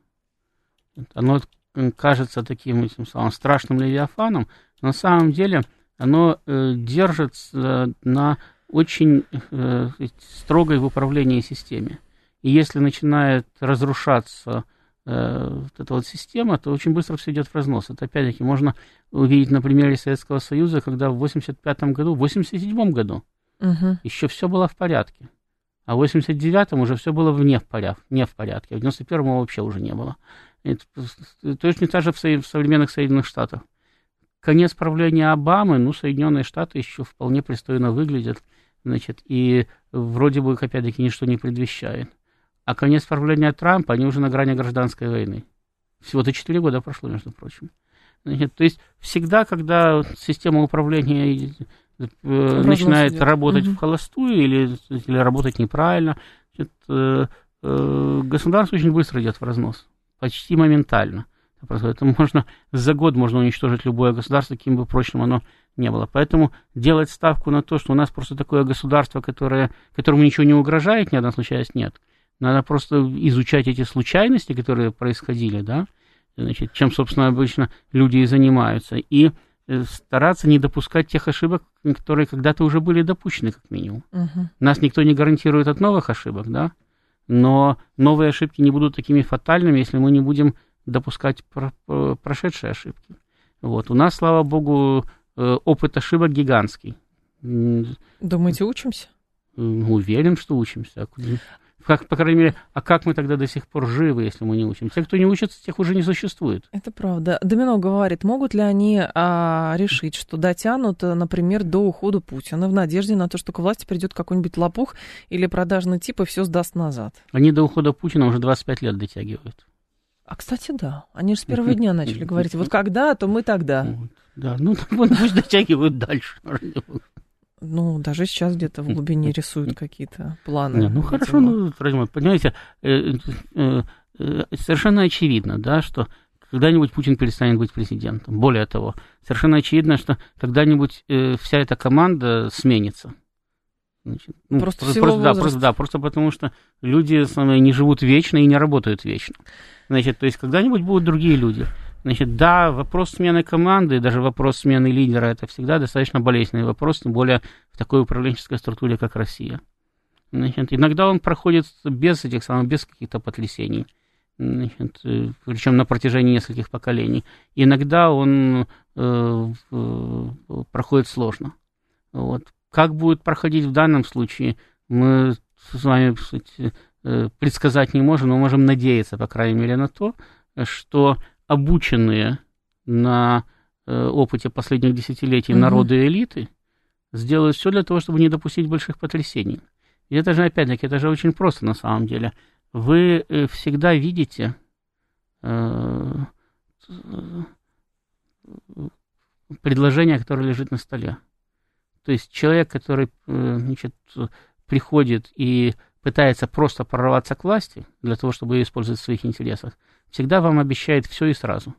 Оно кажется таким этим самым страшным левиафаном, но на самом деле оно э, держится на очень э, строгой в управлении системе. И если начинает разрушаться э, вот эта вот система, то очень быстро все идет в разнос. Это опять-таки можно увидеть на примере Советского Союза, когда в восемьдесят пятом году, в восемьдесят седьмом году угу. еще все было в порядке. А в восемьдесят девятом уже все было вне в порядке, не в порядке. А в девяносто первом вообще уже не было. Это точно так же в, в современных Соединенных Штатах. Конец правления Обамы, ну, Соединенные Штаты еще вполне пристойно выглядят, значит, и вроде бы, опять-таки, ничто не предвещает. А конец правления Трампа, они уже на грани гражданской войны. Всего-то четыре года прошло, между прочим. Значит, то есть всегда, когда система управления начинает идет. работать угу. в холостую или, или работать неправильно, значит, э, э, государство очень быстро идет в разнос. Почти моментально. Это можно, за год можно уничтожить любое государство, каким бы прочным оно не было. Поэтому делать ставку на то, что у нас просто такое государство, которое, которому ничего не угрожает, ни одна случайность, нет. Надо просто изучать эти случайности, которые происходили, да, значит, чем, собственно, обычно люди и занимаются, и стараться не допускать тех ошибок, которые когда-то уже были допущены, как минимум. Угу. Нас никто не гарантирует от новых ошибок, да, но новые ошибки не будут такими фатальными, если мы не будем допускать про- про- прошедшие ошибки. Вот. У нас, слава богу, опыт ошибок гигантский. Думаете, учимся? Уверен, что учимся. Как, по крайней мере, а как мы тогда до сих пор живы, если мы не учимся? Те, кто не учится, тех уже не существует. Это правда. Домино говорит, могут ли они а, решить, что дотянут, например, до ухода Путина в надежде на то, что к власти придет какой-нибудь лопух или продажный тип и все сдаст назад? Они до ухода Путина уже двадцать пять лет дотягивают. А, кстати, да. Они же с первого дня начали говорить, вот когда, то мы тогда. Вот, да, ну пусть дотягивают дальше. Ну, даже сейчас где-то в глубине рисуют какие-то планы. Не, ну, хорошо, ну, понимаете, э, э, э, совершенно очевидно, да, что когда-нибудь Путин перестанет быть президентом. Более того, совершенно очевидно, что когда-нибудь э, вся эта команда сменится. Значит, ну, просто просто, просто, да, просто, да, просто потому что люди самые, не живут вечно и не работают вечно. Значит, то есть когда-нибудь будут другие люди. Значит, да, вопрос смены команды, даже вопрос смены лидера, это всегда достаточно болезненный вопрос, тем более в такой управленческой структуре, как Россия. Значит, иногда он проходит без этих самых, без каких-то потрясений, значит, причем на протяжении нескольких поколений. Иногда он э, э, проходит сложно. Вот. Как будет проходить в данном случае, мы с вами, кстати, предсказать не можем, но можем надеяться, по крайней мере, на то, что обученные на э, опыте последних десятилетий угу. народы и элиты сделают все для того, чтобы не допустить больших потрясений. И это же, опять-таки, это же очень просто на самом деле. Вы э, всегда видите э, предложение, которое лежит на столе. То есть человек, который э, значит, приходит и пытается просто прорваться к власти для того, чтобы ее использовать в своих интересах, всегда вам обещает все и сразу.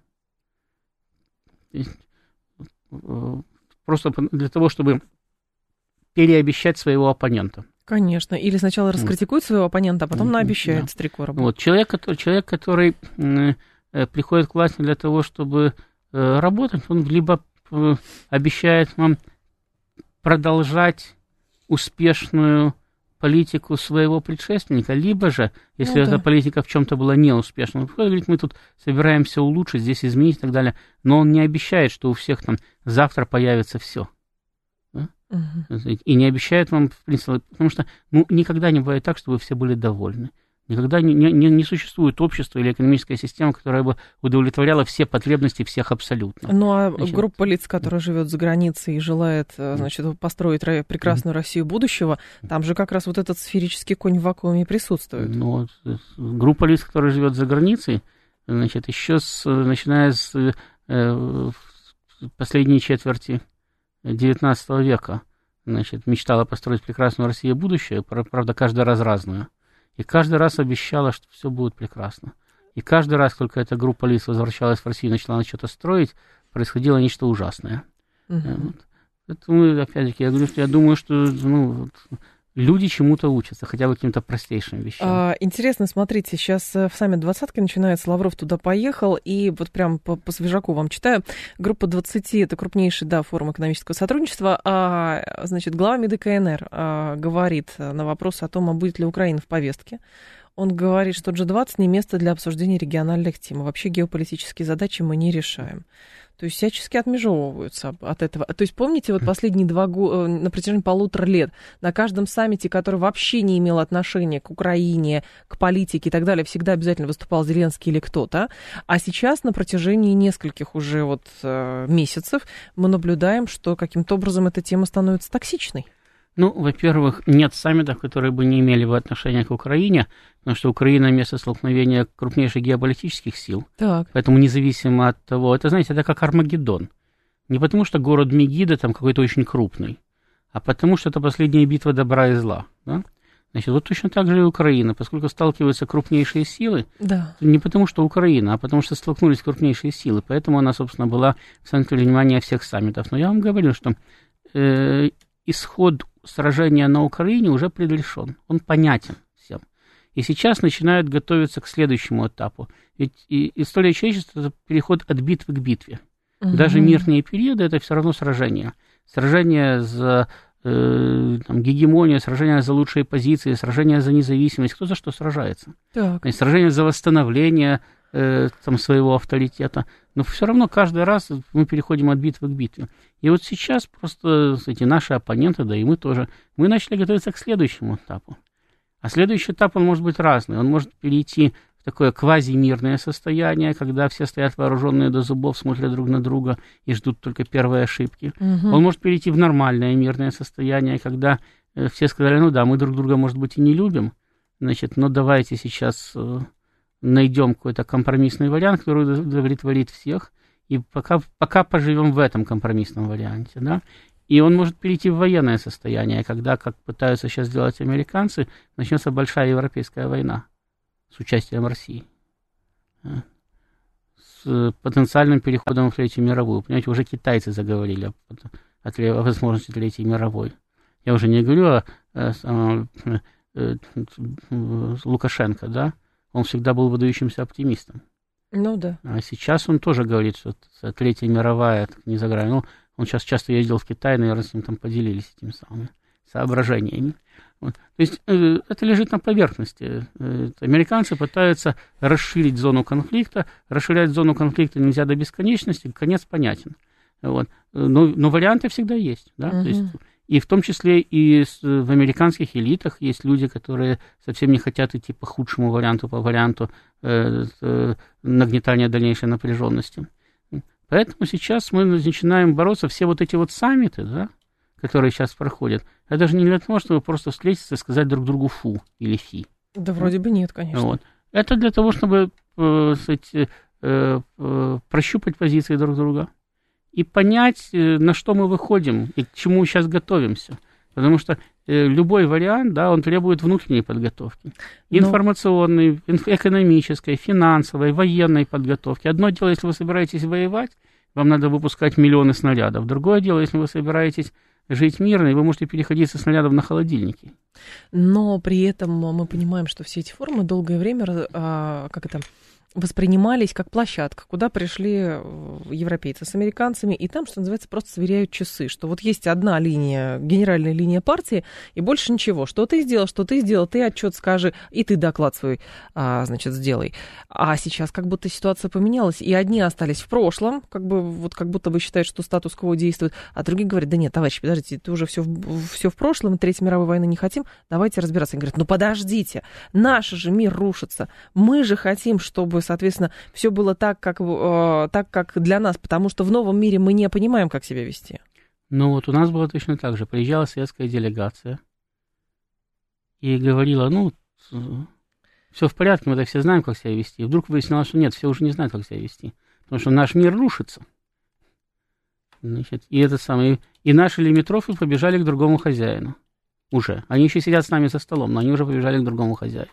Просто для того, чтобы переобещать своего оппонента. Конечно. Или сначала раскритикует своего оппонента, а потом наобещает, да. с три короба. Вот. Человек, который, человек, который э, приходит к власти для того, чтобы э, работать, он либо э, обещает вам продолжать успешную политику своего предшественника, либо же, если ну, эта да. политика в чем-то была неуспешна, он говорит, мы тут собираемся улучшить, здесь изменить и так далее, но он не обещает, что у всех там завтра появится все. Uh-huh. И не обещает вам, в принципе, потому что ну, никогда не бывает так, чтобы все были довольны. Никогда не, не, не существует общество или экономическая система, которая бы удовлетворяла все потребности всех абсолютно. Ну, а значит, группа лиц, которая живет за границей и желает, значит, построить прекрасную uh-huh. Россию будущего, там же как раз вот этот сферический конь в вакууме присутствует. Ну, группа лиц, которая живет за границей, значит, еще с, начиная с э, последней четверти девятнадцатого века, значит, мечтала построить прекрасную Россию будущее, правда, каждый раз разную. И каждый раз обещала, что все будет прекрасно. И каждый раз, только эта группа лиц возвращалась в Россию и начала что-то строить, происходило нечто ужасное. Угу. Вот. Поэтому, опять-таки, я говорю, что я думаю, что ну, люди чему-то учатся, хотя бы каким-то простейшим вещам. А, интересно, смотрите, сейчас в саммит двадцатки начинается, Лавров туда поехал, и вот прям по, по свежаку вам читаю, группа двадцати, это крупнейший, да, форум экономического сотрудничества, а, значит, глава МИД и КНР а, говорит на вопрос о том, а будет ли Украина в повестке. Он говорит, что джи двадцать не место для обсуждения региональных тем, вообще геополитические задачи мы не решаем. То есть всячески отмежевываются от этого. То есть помните, вот последние два года, на протяжении полутора лет, на каждом саммите, который вообще не имел отношения к Украине, к политике и так далее, всегда обязательно выступал Зеленский или кто-то. А сейчас на протяжении нескольких уже вот месяцев мы наблюдаем, что каким-то образом эта тема становится токсичной. Ну, во-первых, нет саммитов, которые бы не имели бы отношения к Украине, потому что Украина – место столкновения крупнейших геополитических сил. Так. Поэтому независимо от того, это, знаете, это как Армагеддон. Не потому что город Мегидо там какой-то очень крупный, а потому что это последняя битва добра и зла. Да? Значит, вот точно так же и Украина, поскольку сталкиваются крупнейшие силы, да. не потому что Украина, а потому что столкнулись крупнейшие силы, поэтому она, собственно, была в центре внимания всех саммитов. Но я вам говорю, что э, исход сражения на Украине уже предрешен, он понятен всем. И сейчас начинают готовиться к следующему этапу. Ведь и история человечества – это переход от битвы к битве. Угу. Даже мирные периоды – это все равно сражение. Сражение за э, там, гегемонию, сражение за лучшие позиции, сражение за независимость. Кто за что сражается? Так. Значит, сражение за восстановление э, там, своего авторитета. Но все равно каждый раз мы переходим от битвы к битве. И вот сейчас просто эти наши оппоненты, да и мы тоже, мы начали готовиться к следующему этапу. А следующий этап, он может быть разный. Он может перейти в такое квазимирное состояние, когда все стоят вооруженные до зубов, смотрят друг на друга и ждут только первой ошибки. Угу. Он может перейти в нормальное мирное состояние, когда все сказали, ну да, мы друг друга, может быть, и не любим, значит, но давайте сейчас найдем какой-то компромиссный вариант, который удовлетворит всех, и пока, пока поживем в этом компромиссном варианте, да, и он может перейти в военное состояние, когда, как пытаются сейчас сделать американцы, начнется большая европейская война с участием России, с потенциальным переходом в Третью мировую. Понимаете, уже китайцы заговорили о, о возможности Третьей мировой. Я уже не говорю о, о, о, о, о Лукашенко, да, он всегда был выдающимся оптимистом. Ну да. А сейчас он тоже говорит, что Третья мировая не за гранью. Ну, он сейчас часто ездил в Китай, наверное, с ним там поделились этими самыми соображениями. Вот. То есть э, это лежит на поверхности. Э, американцы пытаются расширить зону конфликта. Расширять зону конфликта нельзя до бесконечности, конец понятен. Вот. Но, но варианты всегда есть. Да? Uh-huh. То есть, и в том числе и в американских элитах есть люди, которые совсем не хотят идти по худшему варианту, по варианту э, э, нагнетания дальнейшей напряженности. Поэтому сейчас мы начинаем бороться, все вот эти вот саммиты, да, которые сейчас проходят, это же не для того, чтобы просто встретиться и сказать друг другу фу или фи. Да вроде бы нет, конечно. Вот. Это для того, чтобы э, сказать, э, э, прощупать позиции друг друга и понять, э, на что мы выходим и к чему сейчас готовимся. Потому что любой вариант, да, он требует внутренней подготовки. Информационной, экономической, финансовой, военной подготовки. Одно дело, если вы собираетесь воевать, вам надо выпускать миллионы снарядов. Другое дело, если вы собираетесь жить мирно, и вы можете переходить со снарядов на холодильники. Но при этом мы понимаем, что все эти формы долгое время, как это, воспринимались как площадка, куда пришли европейцы с американцами, и там, что называется, просто сверяют часы, что вот есть одна линия, генеральная линия партии, и больше ничего. Что ты сделал, что ты сделал, ты отчет скажи, и ты доклад свой, а, значит, сделай. А сейчас как будто ситуация поменялась, и одни остались в прошлом, как бы, вот как будто бы считают, что статус-кво действует, а другие говорят, да нет, товарищи, подождите, ты уже все, все в прошлом, Третьей мировой войны не хотим, давайте разбираться. Они говорят, ну подождите, наш же мир рушится, мы же хотим, чтобы, соответственно, все было так как, э, так, как для нас, потому что в новом мире мы не понимаем, как себя вести. Ну вот у нас было точно так же. Приезжала советская делегация и говорила, ну, все в порядке, мы так все знаем, как себя вести. И вдруг выяснилось, что нет, все уже не знают, как себя вести, потому что наш мир рушится. Значит, и это самое, и наши лимитрофы побежали к другому хозяину уже. Они еще сидят с нами за столом, но они уже побежали к другому хозяину.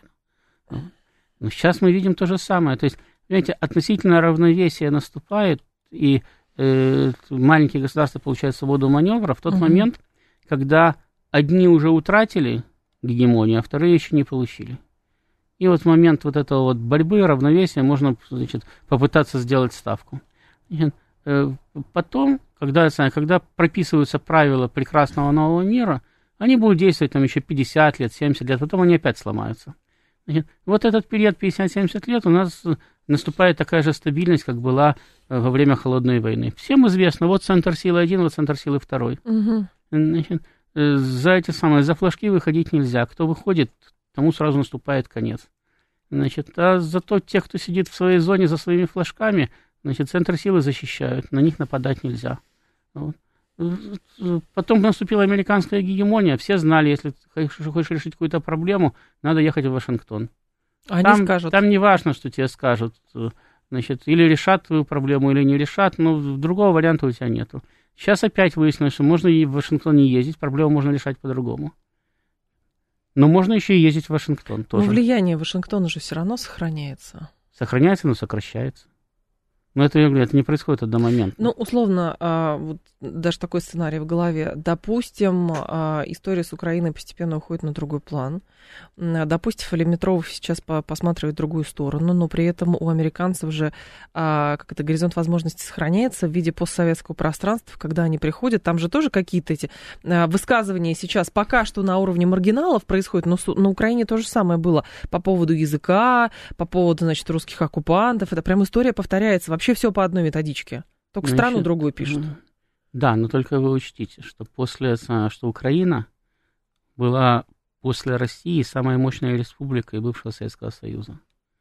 Но сейчас мы видим то же самое. То есть, понимаете, относительное равновесие наступает, и э, маленькие государства получают свободу маневра в тот uh-huh. момент, когда одни уже утратили гегемонию, а вторые еще не получили. И вот в момент вот этого вот борьбы, равновесия, можно, значит, попытаться сделать ставку. Значит, э, потом, когда, когда прописываются правила прекрасного нового мира, они будут действовать там еще пятьдесят лет, семьдесят лет, потом они опять сломаются. Значит, вот этот период пятьдесят-семьдесят лет у нас наступает такая же стабильность, как была во время Холодной войны. Всем известно, вот центр силы один, вот центр силы второй. Угу. Значит, за эти самые, за флажки выходить нельзя. Кто выходит, тому сразу наступает конец. Значит, а зато те, кто сидит в своей зоне за своими флажками, значит, центр силы защищают, на них нападать нельзя. Вот. Потом наступила американская гегемония, все знали, если хочешь решить какую-то проблему, надо ехать в Вашингтон. Они там, скажут. Там не важно, что тебе скажут, значит, или решат твою проблему, или не решат, но другого варианта у тебя нету. Сейчас опять выяснилось, что можно и в Вашингтон не ездить, проблему можно решать по-другому. Но можно еще и ездить в Вашингтон тоже. Но влияние Вашингтона же все равно сохраняется. Сохраняется, но сокращается. Но это, я говорю, это не происходит одномоментно. Ну, условно, а, вот даже такой сценарий в голове. Допустим, а, история с Украиной постепенно уходит на другой план. Допустим, Лимитров сейчас по- посматривает в другую сторону, но при этом у американцев же а, как это, горизонт возможностей сохраняется в виде постсоветского пространства, когда они приходят. Там же тоже какие-то эти а, высказывания сейчас пока что на уровне маргиналов происходят, но на Украине то же самое было по поводу языка, по поводу, значит, русских оккупантов. Это прям история повторяется вообще. Все по одной методичке. Только Значит, страну другую пишут. Да, но только вы учтите, что после, что Украина была после России самой мощной республикой бывшего Советского Союза.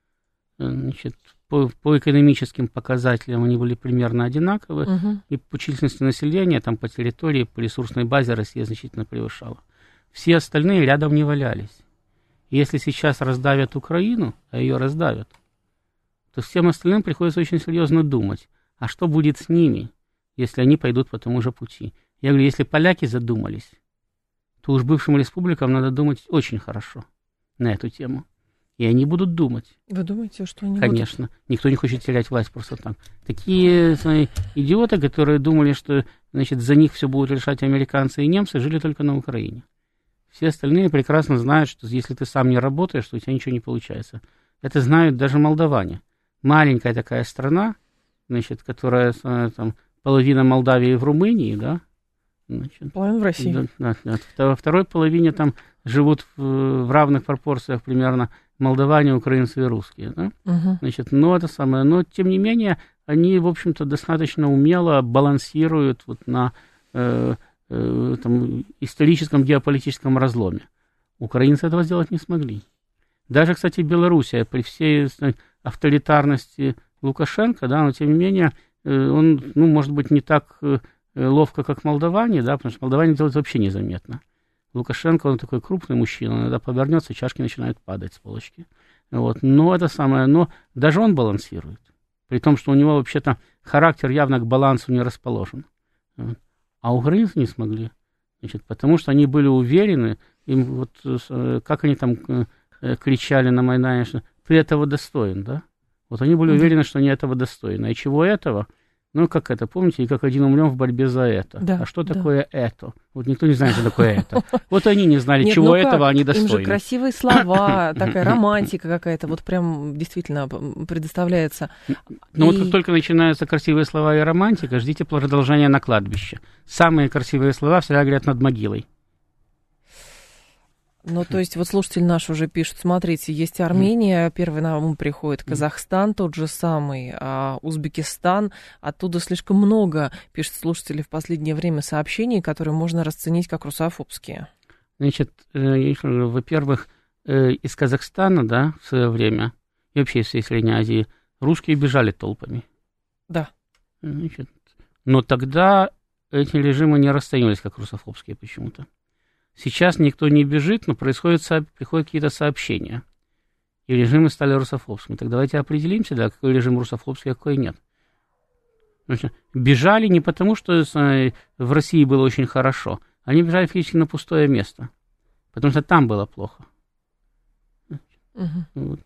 Значит, по, по экономическим показателям они были примерно одинаковы, угу. и по численности населения, там по территории, по ресурсной базе Россия значительно превышала. Все остальные рядом не валялись. И если сейчас раздавят Украину, а ее раздавят, то всем остальным приходится очень серьезно думать, а что будет с ними, если они пойдут по тому же пути. Я говорю, если поляки задумались, то уж бывшим республикам надо думать очень хорошо на эту тему. И они будут думать. Вы думаете, что они Конечно. Будут? Никто не хочет терять власть просто так. Такие свои идиоты, которые думали, что, значит, за них все будут решать американцы и немцы, жили только на Украине. Все остальные прекрасно знают, что если ты сам не работаешь, то у тебя ничего не получается. Это знают даже молдаване. Маленькая такая страна, значит, которая там, половина Молдавии в Румынии, да? Значит, половина в России. Да, да, да. Во второй половине там живут в, в равных пропорциях примерно молдаване, украинцы и русские, да? Угу. Значит, но это самое, но тем не менее они, в общем-то, достаточно умело балансируют вот на э, э, там, историческом геополитическом разломе. Украинцы этого сделать не смогли. Даже, кстати, Белоруссия при всей авторитарности Лукашенко, да, но тем не менее он, ну, может быть, не так ловко, как молдаване, да, потому что молдаване делают вообще незаметно. Лукашенко, он такой крупный мужчина, он иногда повернется, чашки начинают падать с полочки. Вот. Но это самое, но даже он балансирует, при том, что у него вообще-то характер явно к балансу не расположен. Вот. А украинцы не смогли. Значит, потому что они были уверены, им вот, как они там кричали на Майдане, что ты этого достоин, да? Вот они были уверены, что они этого достойны. А чего этого? Ну, как это, помните, и как один умрем в борьбе за это. Да, а что да. такое это? Вот никто не знает, что такое это. Вот они не знали, Нет, чего ну этого как? они достойны. Им же красивые слова, такая романтика какая-то, вот прям действительно предоставляется. Ну, и... вот как только начинаются красивые слова и романтика, ждите продолжения на кладбище. Самые красивые слова всегда говорят над могилой. Ну, то есть, вот слушатель наш уже пишет, смотрите, есть Армения, первый на ум приходит Казахстан, тот же самый, а Узбекистан, оттуда слишком много, пишет слушатели в последнее время, сообщений, которые можно расценить как русофобские. Значит, во-первых, из Казахстана, да, в свое время, и вообще из всей Средней Азии, русские бежали толпами. Да. Значит, но тогда эти режимы не расценивались как русофобские почему-то. Сейчас никто не бежит, но происходят, приходят какие-то сообщения. И режимы стали русофобскими. Так давайте определимся, да, какой режим русофобский, а какой нет. Значит, бежали не потому, что в России было очень хорошо. Они бежали физически на пустое место. Потому что там было плохо. Uh-huh. Вот.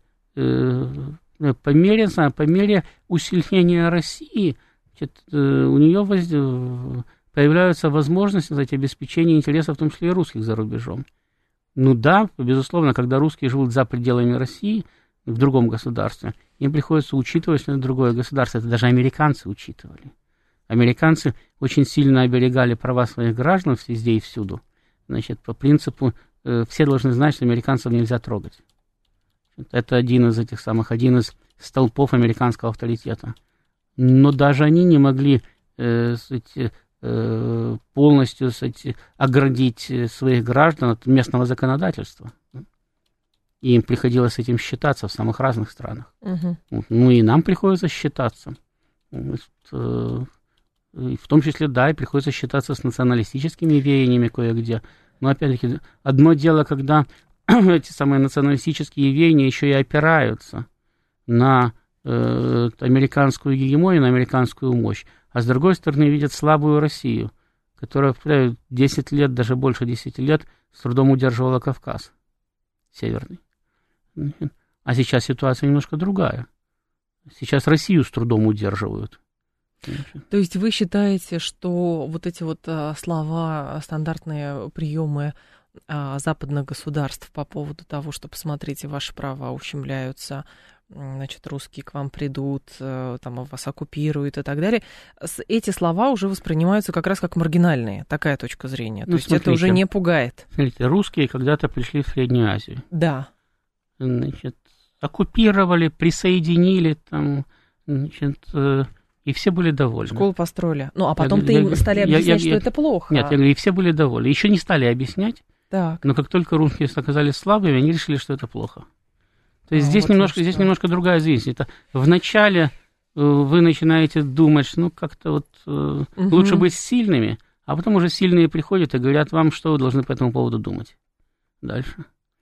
По мере, по мере усиления России, значит, у нее воз... появляются возможности, кстати, обеспечения интересов, в том числе и русских за рубежом. Ну да, безусловно, когда русские живут за пределами России, в другом государстве, им приходится учитывать, что это другое государство. Это даже американцы учитывали. Американцы очень сильно оберегали права своих граждан везде и всюду. Значит, по принципу, э, все должны знать, что американцев нельзя трогать. Это один из этих самых, один из столпов американского авторитета. Но даже они не могли э, сказать, полностью, кстати, оградить своих граждан от местного законодательства. И им приходилось с этим считаться в самых разных странах. Uh-huh. Ну и нам приходится считаться. В том числе, да, и приходится считаться с националистическими веяниями кое-где. Но опять-таки, одно дело, когда эти самые националистические веяния еще и опираются на э, американскую гегемонию, на американскую мощь. А с другой стороны, видят слабую Россию, которая десять лет, даже больше десяти лет, с трудом удерживала Кавказ северный. А сейчас ситуация немножко другая. Сейчас Россию с трудом удерживают. То есть вы считаете, что вот эти вот а, слова, стандартные приемы а, западных государств по поводу того, что, посмотрите, ваши права ущемляются, значит, русские к вам придут, там, вас оккупируют и так далее, эти слова уже воспринимаются как раз как маргинальные, такая точка зрения. То ну, есть смотрите, это уже не пугает. Смотрите, русские когда-то пришли в Среднюю Азию. Да. Значит, оккупировали, присоединили, там, значит, и все были довольны. Школу построили. Ну, а потом-то им стали объяснять, я, я, что я, это плохо. Нет, я говорю, и все были довольны. Еще не стали объяснять, так. Но как только русские оказались слабыми, они решили, что это плохо. То есть а, здесь, вот немножко, здесь немножко другая зависимость. Это вначале вы начинаете думать, что ну как-то вот угу. лучше быть сильными, а потом уже сильные приходят и говорят вам, что вы должны по этому поводу думать дальше.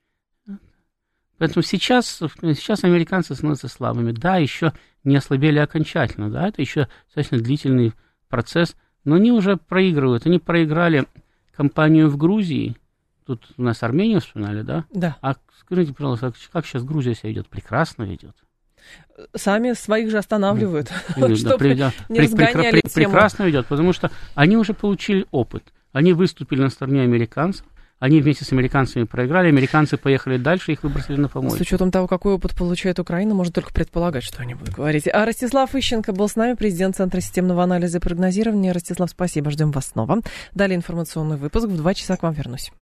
Поэтому сейчас, сейчас американцы становятся слабыми. Да, еще не ослабели окончательно, да, это еще достаточно длительный процесс, но они уже проигрывают. Они проиграли кампанию в Грузии. Тут у нас Армению вспоминали, да? Да. А скажите, пожалуйста, как сейчас Грузия себя ведет? Прекрасно ведет. Сами своих же останавливают, да, чтобы при, не разгоняли тему. Прекрасно ведет, потому что они уже получили опыт. Они выступили на стороне американцев, они вместе с американцами проиграли, американцы поехали дальше, их выбросили на помойку. С учетом того, какой опыт получает Украина, можно только предполагать, что они будут говорить. А Ростислав Ищенко был с нами, президент Центра системного анализа и прогнозирования. Ростислав, спасибо, ждем вас снова. Далее информационный выпуск. В два часа к вам вернусь.